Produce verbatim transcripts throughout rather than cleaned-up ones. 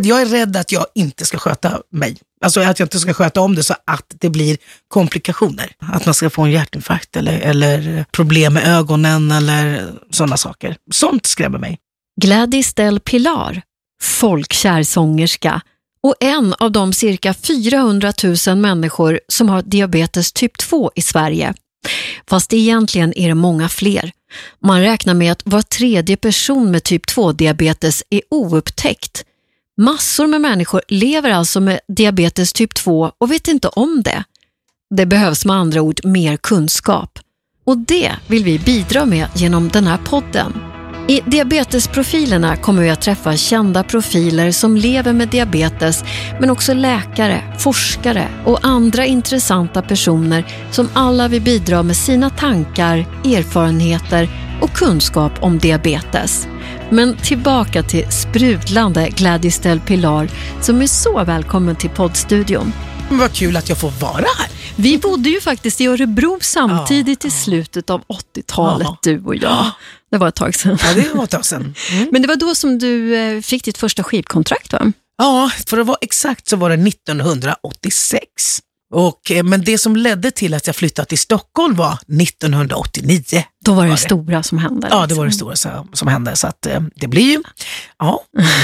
jag är rädd att jag inte ska sköta mig. Alltså att jag inte ska sköta om det så att det blir komplikationer. Att man ska få en hjärtinfarkt eller, eller problem med ögonen eller sådana saker. Sånt skrämmer mig. Gladys del Pilar, folkkär sångerska och en av de cirka fyrahundratusen människor som har diabetes typ två i Sverige. Fast egentligen är det många fler. Man räknar med att var tredje person med typ två-diabetes är oupptäckt. Massor med människor lever alltså med diabetes typ två och vet inte om det. Det behövs med andra ord mer kunskap. Och det vill vi bidra med genom den här podden. I diabetesprofilerna kommer vi att träffa kända profiler som lever med diabetes, men också läkare, forskare och andra intressanta personer som alla vill bidra med sina tankar, erfarenheter och kunskap om diabetes. Men tillbaka till sprudlande Gladys del Pilar som är så välkommen till poddstudion. Men vad kul att jag får vara här. Vi bodde ju faktiskt i Örebro samtidigt ja, i slutet av åttiotalet, ja. Du och jag. Det var ett tag sedan. Ja, det var ett tag sedan. Mm. Men det var då som du fick ditt första skivkontrakt, va? Ja, för att vara exakt så var det nittonhundraåttiosex. Och, men det som ledde till att jag flyttade till Stockholm var nittonhundraåttionio. Då var det, var det stora som hände. Ja, det var det stora som hände. Så att det blir ju ja,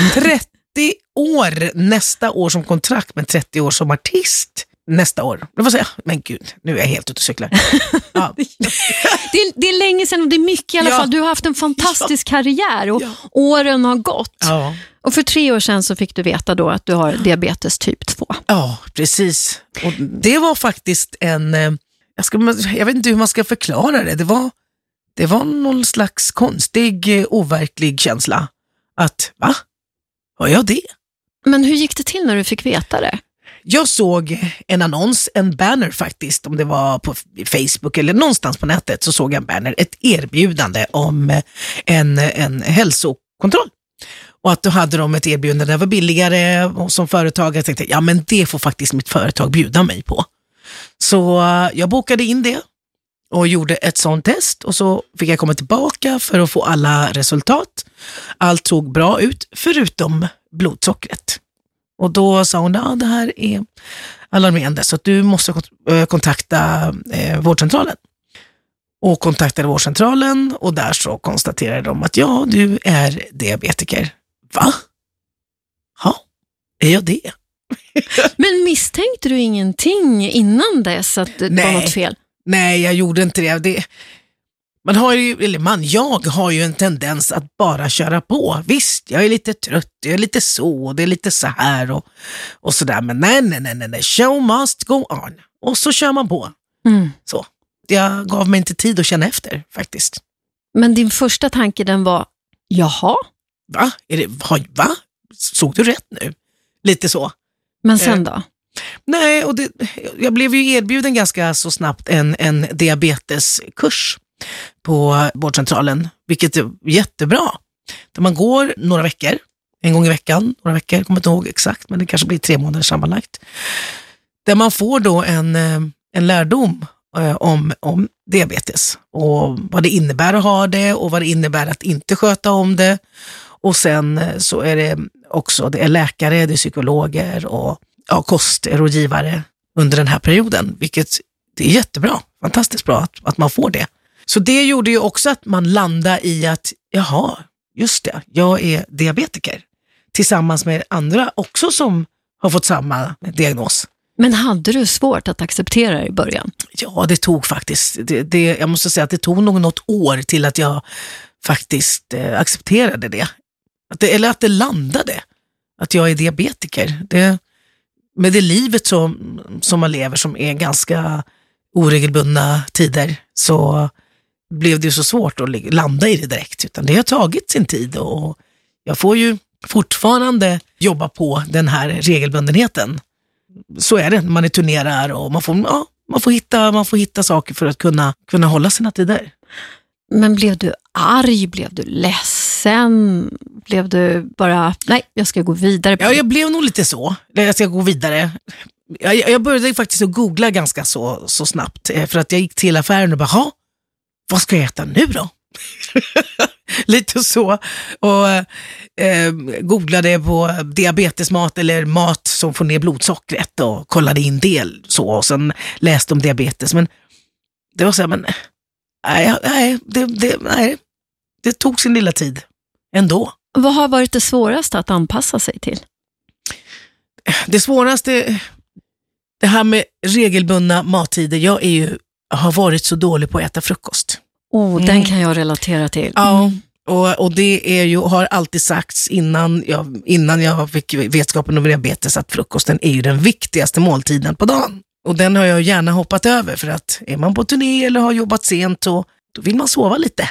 trettio år nästa år som kontrakt, men trettio år som artist nästa år. Det var så, men gud, nu är jag helt ute och cyklar. Ja. det, är, det är länge sedan och det är mycket i alla ja. fall. Du har haft en fantastisk ja. karriär och ja. åren har gått. Ja. Och för tre år sedan så fick du veta då att du har diabetes typ två. Ja, precis. Och det var faktiskt en, jag, ska, jag vet inte hur man ska förklara det. Det var, det var någon slags konstig, overklig känsla. Att, va? Har jag det? Men hur gick det till när du fick veta det? Jag såg en annons, en banner faktiskt, om det var på Facebook eller någonstans på nätet, så såg jag en banner, ett erbjudande om en, en hälsokontroll. Och att då hade de ett erbjudande där var billigare, och som företagare tänkte jag, ja men det får faktiskt mitt företag bjuda mig på. Så jag bokade in det och gjorde ett sånt test, och så fick jag komma tillbaka för att få alla resultat. Allt såg bra ut förutom blodsockret. Och då sa hon, ja det här är alarmerande så att du måste kontakta eh, vårdcentralen. Och kontaktade vårdcentralen, och där så konstaterade de att ja, du är diabetiker. Va? Ja, är jag det? Men misstänkte du ingenting innan dess att det nej, var något fel? Nej, jag gjorde inte det. det man har ju, eller man, jag har ju en tendens att bara köra på. Visst, jag är lite trött, jag är lite så, det är lite så här och, och sådär. Men nej, nej, nej, nej, show must go on. Och så kör man på. Mm. Så. Jag gav mig inte tid att känna efter, faktiskt. Men din första tanke, den var, jaha? Va? Är det, va? Såg du rätt nu? Lite så. Men sen då? Eh, nej, och det, jag blev ju erbjuden ganska så snabbt en, en diabeteskurs på vårdcentralen, vilket är jättebra. Där man går några veckor, en gång i veckan, några veckor, jag kommer inte ihåg exakt, men det kanske blir tre månader sammanlagt. Där man får då en, en lärdom om, om diabetes och vad det innebär att ha det och vad det innebär att inte sköta om det. Och sen så är det också, det är läkare, det är psykologer och ja, kostrådgivare under den här perioden, vilket det är jättebra, fantastiskt bra att, att man får det. Så det gjorde ju också att man landade i att, jaha, just det, jag är diabetiker. Tillsammans med andra också som har fått samma diagnos. Men hade du svårt att acceptera det i början? Ja, det tog faktiskt, det, det, jag måste säga att det tog nog något år till att jag faktiskt eh, accepterade det. Att det. Eller att det landade, att jag är diabetiker. Det, med det livet som, som man lever som är ganska oregelbundna tider, så blev det ju så svårt att landa i det direkt, utan det har tagit sin tid och jag får ju fortfarande jobba på den här regelbundenheten. Så är det när man är turnerar och man får, ja, man får, hitta, man får hitta saker för att kunna, kunna hålla sina tider. Men blev du arg? Blev du ledsen? Blev du bara, nej, jag ska gå vidare? Ja, jag blev nog lite så. Jag ska gå vidare. Jag, jag började faktiskt att googla ganska så, så snabbt. För att jag gick till affären och bara, ha, vad ska jag äta nu då? lite så. Och eh, googlade på diabetesmat eller mat som får ner blodsockret och kollade in del så. Och sen läste om diabetes. Men det var så här, men nej, nej, det, det, nej, det tog sin lilla tid ändå. Vad har varit det svåraste att anpassa sig till? Det svåraste, det här med regelbundna mattider. Jag är ju, har varit så dålig på att äta frukost. Oh, mm. Den kan jag relatera till. Ja, mm. och, och det är ju, har alltid sagts innan jag, innan jag fick vetskapen om diabetes att frukosten är ju den viktigaste måltiden på dagen. Och den har jag gärna hoppat över för att är man på turné eller har jobbat sent så då vill man sova lite.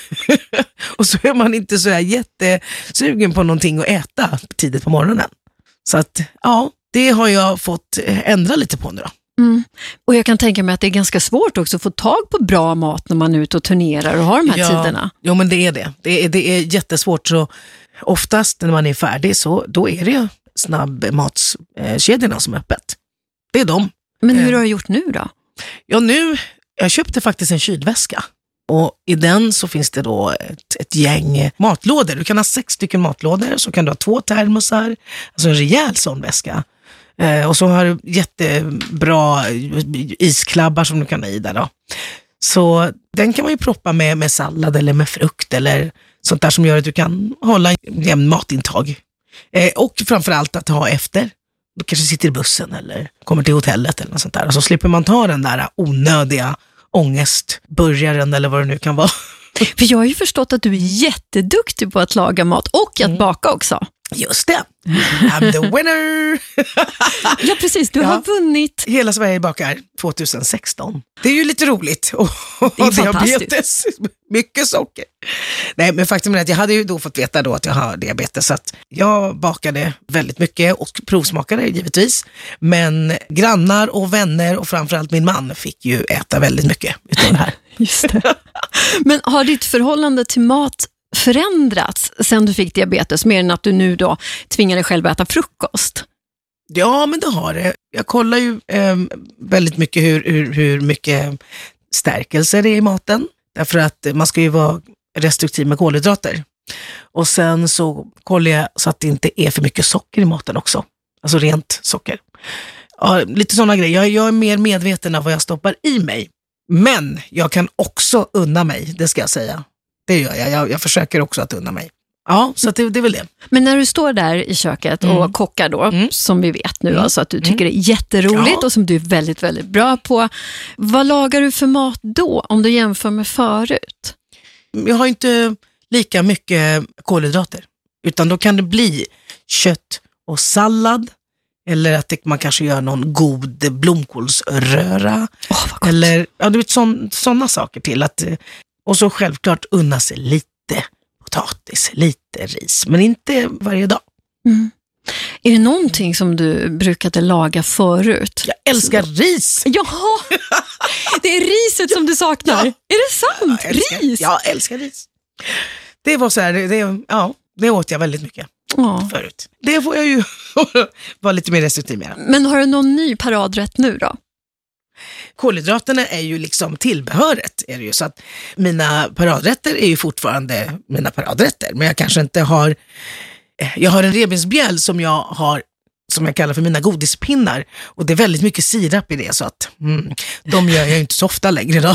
Och så är man inte så här jättesugen på någonting att äta tidigt på morgonen. Så att ja, det har jag fått ändra lite på nu då. Mm. Och jag kan tänka mig att det är ganska svårt också att få tag på bra mat när man är ute och turnerar och har de här ja, tiderna. Ja, men det är det. Det är, det är jättesvårt. Så oftast när man är färdig så då är det ju snabbmatskedjorna som är öppet. Det är de. Men hur har du gjort nu då? Ja, nu, jag köpte faktiskt en kylväska. Och i den så finns det då ett, ett gäng matlådor. Du kan ha sex stycken matlådor, så kan du ha två termosar, alltså en rejäl sån väska. Eh, och så har du jättebra isklabbar som du kan ha i där då. Så den kan man ju proppa med, med sallad eller med frukt eller sånt där som gör att du kan hålla en jämn matintag. Eh, och framförallt att ha efter. Du kanske sitter i bussen eller kommer till hotellet eller något sånt där. Och så slipper man ta den där onödiga ångestburgaren eller vad det nu kan vara. För jag har ju förstått att du är jätteduktig på att laga mat och att mm. baka också. Just det. I'm the winner. Ja, precis. Du ja. har vunnit. Hela Sverige bakar tjugohundrasexton. Det är ju lite roligt. Och, det är och fantastiskt. Diabetes. Mycket socker. Nej, men faktum är att jag hade ju då fått veta då att jag har diabetes. Så att jag bakade väldigt mycket och provsmakade givetvis. Men grannar och vänner och framförallt min man fick ju äta väldigt mycket utav det här. Just det. Men har ditt förhållande till mat förändrats sen du fick diabetes, mer än att du nu då tvingar dig själv att äta frukost? Ja, men det har det. Jag kollar ju eh, väldigt mycket hur, hur, hur mycket stärkelse det är i maten. Därför att man ska ju vara restriktiv med kolhydrater. Och sen så kollar jag så att det inte är för mycket socker i maten också. Alltså rent socker. Ja, lite sådana grejer. Jag, jag är mer medveten av vad jag stoppar i mig. Men jag kan också unna mig, det ska jag säga. Det gör jag. Jag, jag försöker också att unna mig. Ja, så att det, det är väl det. Men när du står där i köket och mm. kockar då, mm. som vi vet nu, mm. alltså att du tycker mm. det är jätteroligt ja. och som du är väldigt, väldigt bra på. Vad lagar du för mat då, om du jämför med förut? Jag har inte lika mycket kolhydrater. Utan då kan det bli kött och sallad. Eller att man kanske gör någon god blomkålsröra. Oh, eller ja, du vet sådana saker till. Att, och så självklart unna sig lite potatis, lite ris. Men inte varje dag. Mm. Är det någonting som du brukade laga förut? Jag älskar ris! Jaha, det är riset som du saknar. Ja. Är det sant? Jag älskar, ris? Jag älskar ris. Det var så här, det, det, ja, det åt jag väldigt mycket. Ja. Förut. Det får jag ju vara lite mer restriktiv med. Men har du någon ny paradrätt nu då? Kolhydraterna är ju liksom tillbehöret. Är det ju. Så att mina paradrätter är ju fortfarande mina paradrätter. Men jag kanske inte har... Jag har en revbensspjäll som jag har, som jag kallar för mina godispinnar. Och det är väldigt mycket sirap i det. Så att mm, de gör jag ju inte så ofta längre då.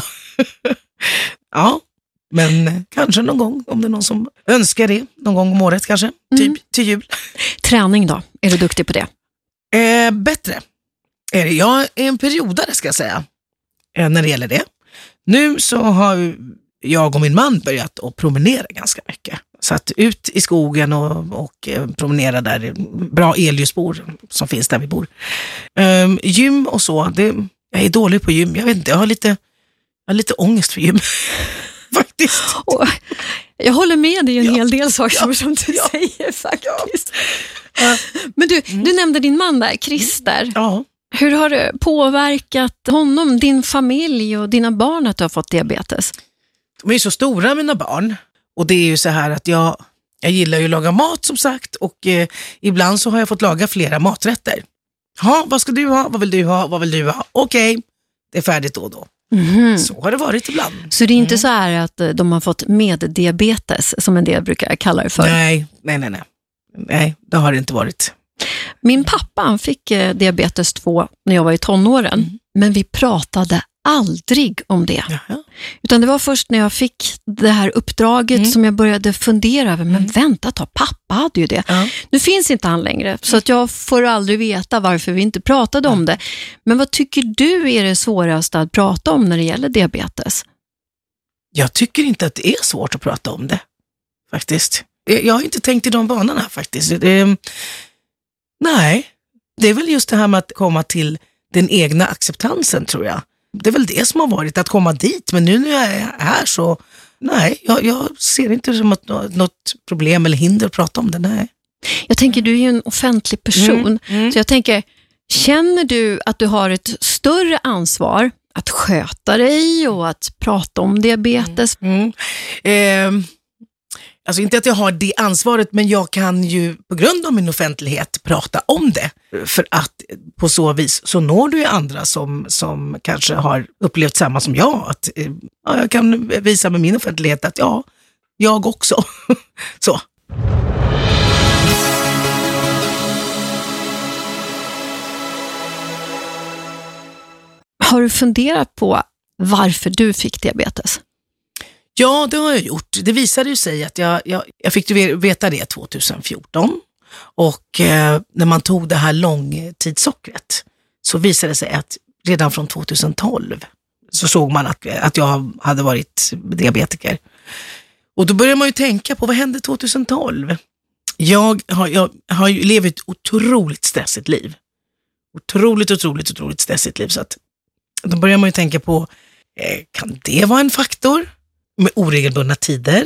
Ja. Men kanske någon gång, om det är någon som önskar det, någon gång om året kanske, typ mm. till jul. Träning då? Är du duktig på det? Eh, bättre. Är det. Jag är en periodare ska jag säga, eh, när det gäller det. Nu så har jag och min man börjat att promenera ganska mycket. Så att ut i skogen och, och eh, promenera där, bra elljusspår som finns där vi bor. Eh, gym och så, det, jag är dålig på gym, jag vet inte, jag har lite, jag har lite ångest för gym. Faktiskt. Och jag håller med dig en ja. hel del saker ja. som du ja. säger faktiskt. Ja. Men du, mm. du nämnde din man där, Christer. Ja. Hur har det påverkat honom, din familj och dina barn att du har fått diabetes? De är ju så stora, mina barn. Och det är ju så här att jag, jag gillar ju att laga mat som sagt. Och eh, ibland så har jag fått laga flera maträtter. Ja, vad ska du ha? Vad vill du ha? Vad vill du ha? Okej, okay. Det är färdigt då och då. Mm. Så har det varit ibland. Så det är inte Mm. så här att de har fått meddiabetes, som en del brukar kalla det för? Nej, nej, nej, nej. Nej, det har det inte varit. Min pappa han fick eh, diabetes två när jag var i tonåren. Mm. Men vi pratade aldrig om det. Jaha. Utan det var först när jag fick det här uppdraget Mm. som jag började fundera över, men Mm. vänta, ta, pappa hade ju det. Ja. Nu finns inte han längre, så att jag får aldrig veta varför vi inte pratade om det. Men vad tycker du är det svåraste att prata om när det gäller diabetes? Jag tycker inte att det är svårt att prata om det, faktiskt. Jag, jag har inte tänkt i de banorna, faktiskt. Det, nej, det är väl just det här med att komma till den egna acceptansen, tror jag. Det är väl det som har varit, att komma dit. Men nu när jag är här så, nej, jag, jag ser inte det som att, något problem eller hinder att prata om det, nej. Jag tänker, du är ju en offentlig person. Mm, mm. Så jag tänker, känner du att du har ett större ansvar att sköta dig och att prata om diabetes? Mm. Eh, alltså inte att jag har det ansvaret, men jag kan ju på grund av min offentlighet prata om det. För att på så vis så når du ju andra som, som kanske har upplevt samma som jag. Att, eh, ja, jag kan visa med min offentlighet att ja, jag också. Så. Har du funderat på varför du fick diabetes? Ja, det har jag gjort. Det visade ju sig att jag, jag, jag fick ju veta det tjugohundrafjorton. Och eh, när man tog det här långtidssockret så visade det sig att redan från tjugotolv så såg man att, att jag hade varit diabetiker. Och då börjar man ju tänka på, vad hände tjugotolv? Jag har, jag har ju levt ett otroligt stressigt liv. Otroligt, otroligt, otroligt stressigt liv. Så att då börjar man ju tänka på, eh, kan det vara en faktor? Med oregelbundna tider.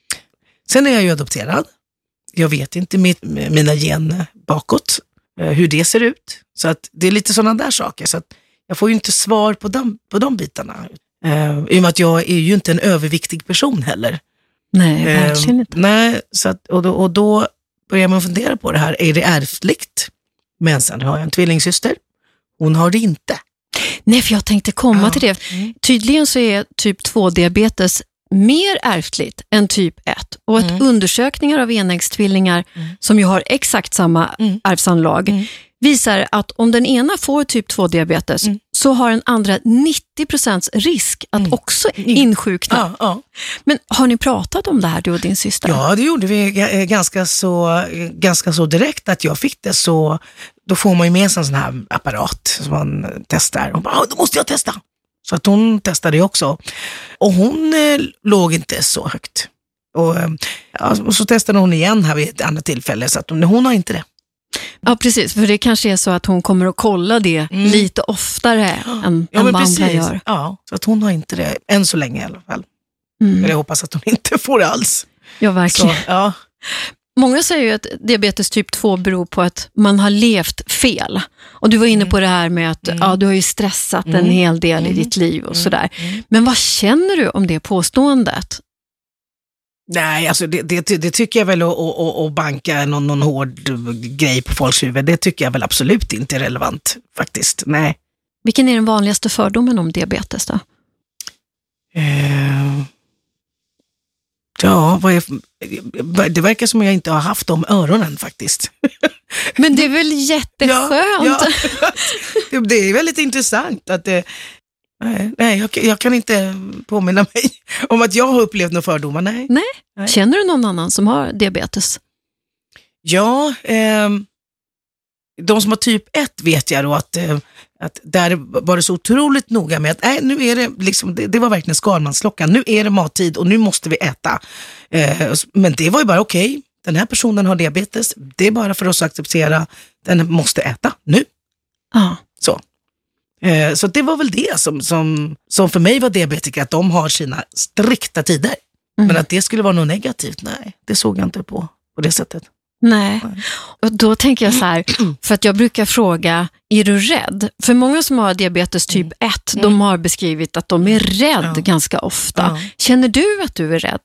Sen är jag ju adopterad. Jag vet inte mitt, mina gener bakåt, eh, hur det ser ut. Så att det är lite sådana där saker. Så att jag får ju inte svar på de, på de bitarna. Eh, I och med att jag är ju inte en överviktig person heller. Nej, verkligen eh, inte. Nej, så att, och, då, och då börjar man fundera på det här. Är det ärftligt? Men sen har jag en tvillingsyster. Hon har det inte. Nej, för jag tänkte komma Ja. till det. Mm. Tydligen så är typ två diabetes mer ärftligt än typ ett. Och att Mm. undersökningar av enäggstvillingar Mm. som ju har exakt samma Mm. arvsanlag Mm. visar att om den ena får typ två diabetes Mm. så har den andra nittio procent risk att Mm. också insjukna. Ja, ja. Men har ni pratat om det här, du och din syster? Ja, det gjorde vi g- ganska så, ganska så direkt att jag fick det. Så då får man ju med sig en sån här apparat som man testar. Och bara, "Ah, då måste jag testa." Så att hon testade ju också. Och hon eh, låg inte så högt. Och, eh, ja, och så testade hon igen här vid ett annat tillfälle. Så att hon, hon har inte det. Ja, precis. För det kanske är så att hon kommer att kolla det Mm. lite oftare än, Ja, än men vad andra precis. gör. Ja, så att hon har inte det. Än så länge i alla fall. Mm. Eller jag hoppas att hon inte får det alls. Ja, verkligen. Så, ja. Många säger ju att diabetes typ två beror på att man har levt fel. Och du var inne på det här med att Mm. ja, du har ju stressat en Mm. hel del i Mm. ditt liv och Mm. sådär. Mm. Men vad känner du om det påståendet? Nej, alltså det, det, det tycker jag väl att, att, att banka någon, någon hård grej på folks huvud. Det tycker jag väl absolut inte är relevant faktiskt. Nej. Vilken är den vanligaste fördomen om diabetes då? Eh, ja, vad är, det verkar som att jag inte har haft de öronen faktiskt. Men det är väl jätteskönt? Ja, ja. Det, det är väldigt intressant att det, nej, nej jag, jag kan inte påminna mig om att jag har upplevt några fördomar. Nej. Nej. Nej. Känner du någon annan som har diabetes? Ja, eh, de som har typ ett vet jag då att, eh, att där var det så otroligt noga med att nej, nu är det liksom, det, det var verkligen skalmansklockan. Nu är det mattid och nu måste vi äta. Eh, men det var ju bara okej. Okay. Den här personen har diabetes. Det är bara för oss att acceptera. Den måste äta nu. Ja. Så. Eh, så det var väl det som, som, som för mig var diabetiker, att de har sina strikta tider. Mm. Men att det skulle vara något negativt, nej, det såg jag inte på på det sättet. Nej, och då tänker jag så här, för att jag brukar fråga, är du rädd? För många som har diabetes typ ett, Mm. de har beskrivit att de är rädd Ja. ganska ofta. Ja. Känner du att du är rädd?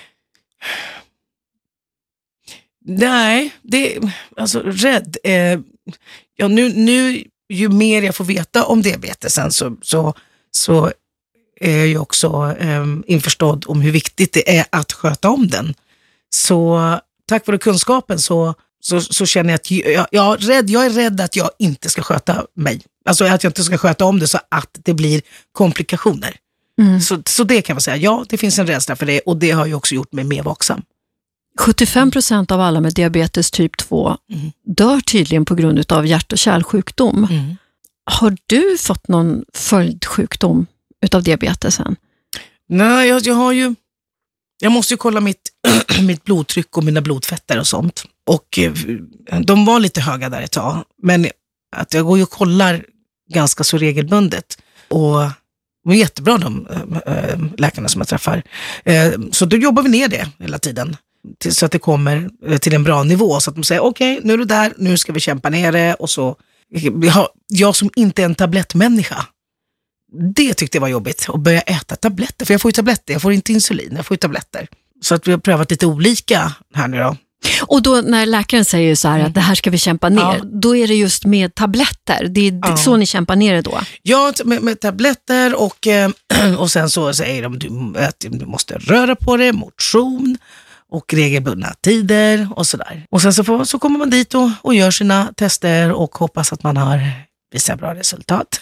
Nej, det alltså rädd. Eh, ja, nu, nu, ju mer jag får veta om diabetesen så, så, så är ju också eh, införstådd om hur viktigt det är att sköta om den. Så tack vare kunskapen så, så, så känner jag att jag, jag, är rädd, jag är rädd att jag inte ska sköta mig. Alltså att jag inte ska sköta om det så att det blir komplikationer. Mm. Så, så det kan man säga, ja det finns en rädsla för det och det har ju också gjort mig mer vaksam. sjuttiofem procent av alla med diabetes typ två mm. dör tydligen på grund av hjärt- och kärlsjukdom. Mm. Har du fått någon följdsjukdom utav diabetesen? Nej, jag, jag har ju jag måste ju kolla mitt, mitt blodtryck och mina blodfetter och sånt. Och eh, de var lite höga där ett tag. Men att jag går ju och kollar ganska så regelbundet. Och de är jättebra de äh, läkarna som jag träffar. Äh, så då jobbar vi ner det hela tiden. Till, så att det kommer äh, till en bra nivå. Så att de säger, okej, okay, nu är du där, nu ska vi kämpa ner det. Och så, jag, jag som inte är en tablettmänniska, det tyckte jag var jobbigt. Att börja äta tabletter. För jag får ju tabletter, jag får inte insulin, jag får ju tabletter. Så att vi har prövat lite olika här nu då. Och då när läkaren säger så här mm. att det här ska vi kämpa ner, ja. Då är det just med tabletter. Det är ja. Så ni kämpar ner det då? Ja, med, med tabletter och, och sen så säger de att du måste röra på det, motion och regelbundna tider och sådär. Och sen så, får, så kommer man dit och, och gör sina tester och hoppas att man har visat bra resultat.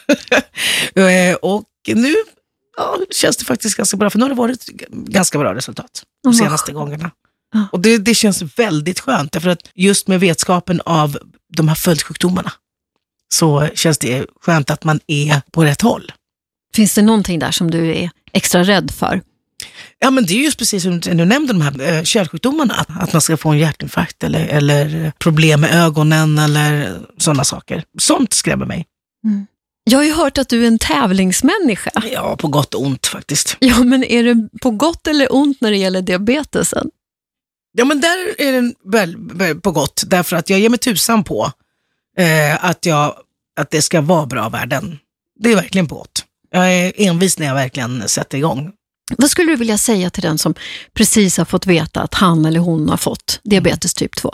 Och nu ja, känns det faktiskt ganska bra, för nu har det varit ganska bra resultat de senaste mm. gångerna. Ja. Och det, det känns väldigt skönt, därför att just med vetskapen av de här följdsjukdomarna så känns det skönt att man är på rätt håll. Finns det någonting där som du är extra rädd för? Ja, men det är just precis som du nämnde, de här äh, kärlsjukdomarna. Att man ska få en hjärtinfarkt eller, eller problem med ögonen eller sådana saker. Sånt skrämmer mig. Mm. Jag har ju hört att du är en tävlingsmänniska. Ja, på gott och ont faktiskt. Ja, men är det på gott eller ont när det gäller diabetesen? Ja, men där är den väl, väl på gott, därför att jag ger mig tusan på eh, att, jag, att det ska vara bra värden. Det är verkligen på gott. Jag är envis när jag verkligen sätter igång. Vad skulle du vilja säga till den som precis har fått veta att han eller hon har fått diabetes typ två?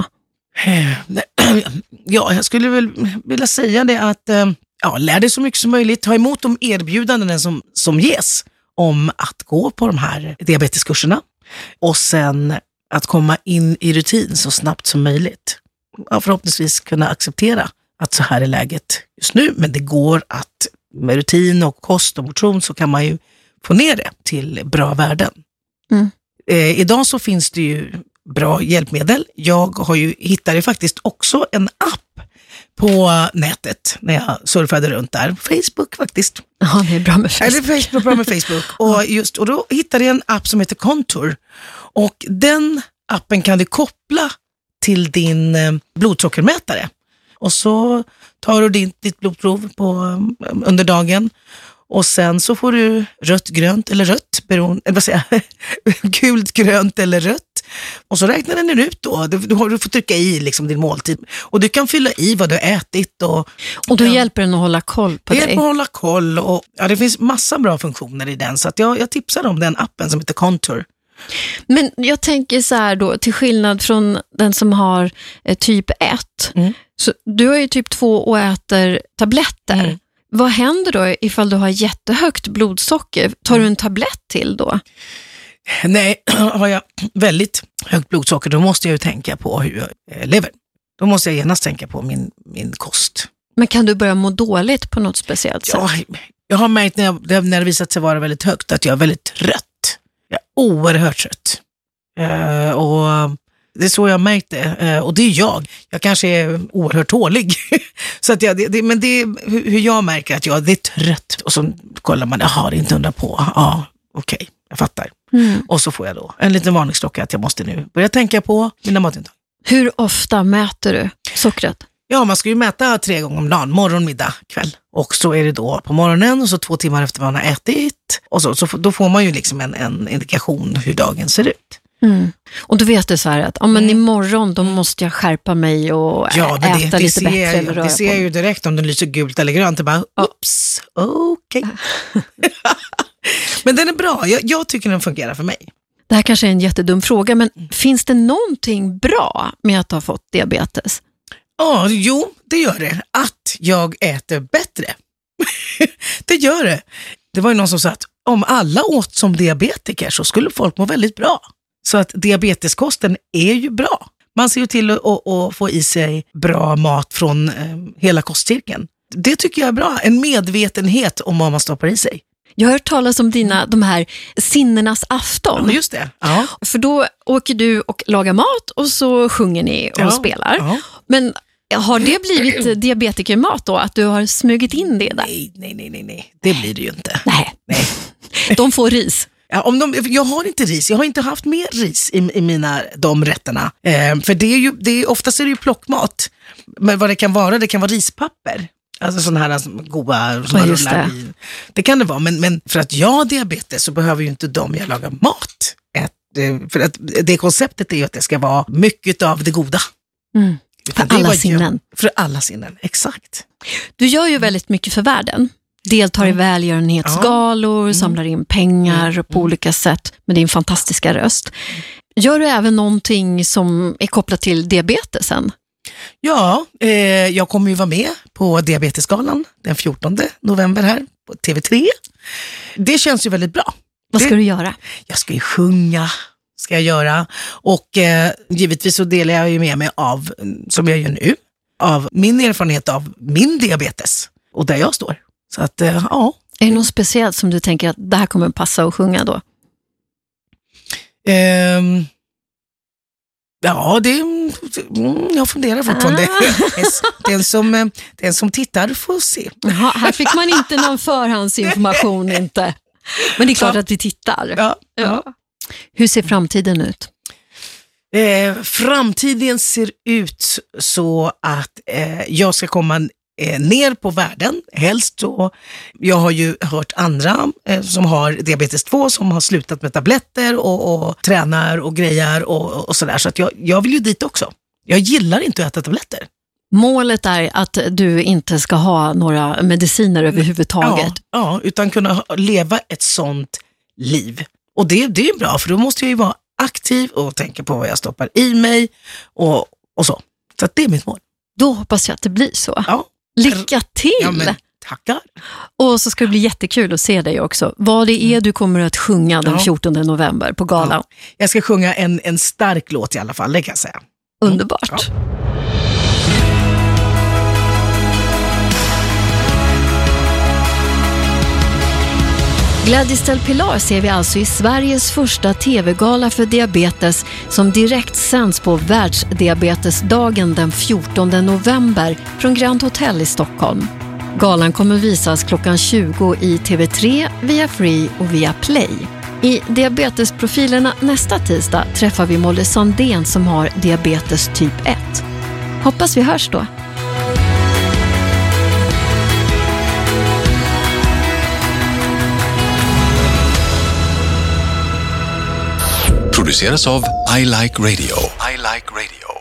Ja, jag skulle väl vilja säga det att eh, ja, lär dig så mycket som möjligt. Ta emot de erbjudanden som, som ges om att gå på de här diabeteskurserna. Och sen att komma in i rutin så snabbt som möjligt. Ja, förhoppningsvis kunna acceptera att så här är läget just nu. Men det går att med rutin och kost och motion så kan man ju få ner det till bra värden. Mm. Eh, idag så finns det ju bra hjälpmedel. Jag har ju hittat ju faktiskt också en app på nätet när jag surfade runt där. Facebook faktiskt. Ja, det är bra med Facebook. Ja, det är Facebook, bra med Facebook. Och, just, och då hittade jag en app som heter Contour. Och den appen kan du koppla till din eh, blodsockermätare. Och så tar du din, ditt blodprov på, um, under dagen. Och sen så får du rött, grönt eller rött. Beroende, eller vad säger jag? Gult, grönt eller rött. Och så räknar den ut då. Du, du, har, du får trycka i liksom din måltid. Och du kan fylla i vad du har ätit. Och, och då ja, hjälper den att hålla koll på det dig? Det hjälper att hålla koll. Och, ja, det finns massa bra funktioner i den. Så att jag, jag tipsar om den appen som heter Contour. Men jag tänker så här då, till skillnad från den som har eh, typ ett. Mm. Så du har ju typ två och äter tabletter. Mm. Vad händer då ifall du har jättehögt blodsocker? Tar mm. du en tablett till då? Nej, har jag väldigt högt blodsocker då måste jag ju tänka på hur jag lever. Då måste jag genast tänka på min, min kost. Men kan du börja må dåligt på något speciellt sätt? Ja, jag har märkt när, jag, när det visat sig vara väldigt högt att jag är väldigt trött. Jag är oerhört trött. Uh, och det är så jag märkt det. Uh, och det är jag. Jag kanske är oerhört tålig. så att jag, det, det, men det är hur jag märker att jag det är trött. Och så kollar man, jaha, det är inte undra på. Ja, okej, okay, jag fattar. Mm. Och så får jag då en liten varningsklocka att jag måste nu börja tänka på mina matintag. Hur ofta mäter du sockret? Ja, man ska ju mäta tre gånger om dagen, morgon, middag, kväll. Och så är det då på morgonen och så två timmar efter man har ätit. Och så, så då får man ju liksom en, en indikation hur dagen ser ut. Mm. Och du vet det så här att ja, men mm. imorgon då måste jag skärpa mig och ja, det, äta det, lite det bättre. Jag, eller det ser jag ju direkt om den lyser gult eller grönt. Det bara, oops, okej. Okay. Men den är bra, jag, jag tycker den fungerar för mig. Det här kanske är en jättedum fråga, men mm. finns det någonting bra med att ha fått diabetes? Ja, jo, det gör det. Att jag äter bättre. Det gör det. Det var ju någon som sa att om alla åt som diabetiker så skulle folk må väldigt bra. Så att diabeteskosten är ju bra. Man ser ju till att, att, att få i sig bra mat från eh, hela kostcirkeln. Det tycker jag är bra. En medvetenhet om vad man stoppar i sig. Jag har hört talas om dina, de här sinnenas afton. Ja, just det. Ja. För då åker du och lagar mat och så sjunger ni och Ja. spelar. Ja. Men har det blivit diabetikermat då? Att du har smugit in det där? Nej, nej, nej, nej, nej. Det blir det ju inte. Nej. Nej. De får ris. Ja, om de, jag har inte ris, jag har inte haft mer ris i, i mina, de rätterna. Eh, för det är ju, det är, oftast är det ju plockmat. Men vad det kan vara, det kan vara rispapper. Alltså sådana här alltså, goda som Ja, man just rullar det. i. Det kan det vara, men, men för att jag har diabetes så behöver ju inte de jag lagar mat. Ett, eh, för att det konceptet är ju att det ska vara mycket av det goda. Mm. För Utan det alla var sinnen. Jag, för alla sinnen, exakt. Du gör ju väldigt mycket för världen. Deltar i välgörenhetsgalor, samlar in pengar på olika sätt med din fantastiska röst. Gör du även någonting som är kopplat till diabetesen? Ja, eh, jag kommer ju vara med på Diabetesgalan den fjortonde november här på T V tre. Det känns ju väldigt bra. Vad ska det, du göra? Jag ska ju sjunga, ska jag göra. Och eh, givetvis så delar jag ju med mig av, som jag gör nu, av min erfarenhet av min diabetes och där jag står. Så att, eh, ja. Är det något speciellt som du tänker att det här kommer passa att sjunga då? Ehm, ja, det mm, jag funderar fortfarande. Ah. Den, som, den som tittar får se. Jaha, här fick man inte någon förhandsinformation inte. Men det är klart Ja. att vi tittar. Ja, ja. Hur ser framtiden ut? Eh, framtiden ser ut så att eh, jag ska komma eh, ner på världen, helst så. Jag har ju hört andra eh, som har diabetes två som har slutat med tabletter och, och tränar och grejer och, och sådär. Så att jag, jag vill ju dit också. Jag gillar inte att äta tabletter. Målet är att du inte ska ha några mediciner överhuvudtaget. Ja, ja, utan kunna ha- leva ett sånt liv. Och det, det är bra, för då måste jag ju vara aktiv och tänka på vad jag stoppar i mig och, och så. Så att det är mitt mål. Då hoppas jag att det blir så. Ja. Lycka till! Ja, men tackar. Och så ska det bli jättekul att se dig också. Vad det är du kommer att sjunga den Ja. fjortonde november på galan. Ja. Jag ska sjunga en, en stark låt i alla fall, det kan jag säga. Underbart. Ja. Gladys del Pilar ser vi alltså i Sveriges första tv-gala för diabetes som direkt sänds på världsdiabetesdagen den fjortonde november från Grand Hotel i Stockholm. Galan kommer visas klockan tjugo i T V tre, via Free och via Play. I diabetesprofilerna nästa tisdag träffar vi Molly Sandén som har diabetes typ ett. Hoppas vi hörs då. Produceras av I Like Radio. I Like Radio.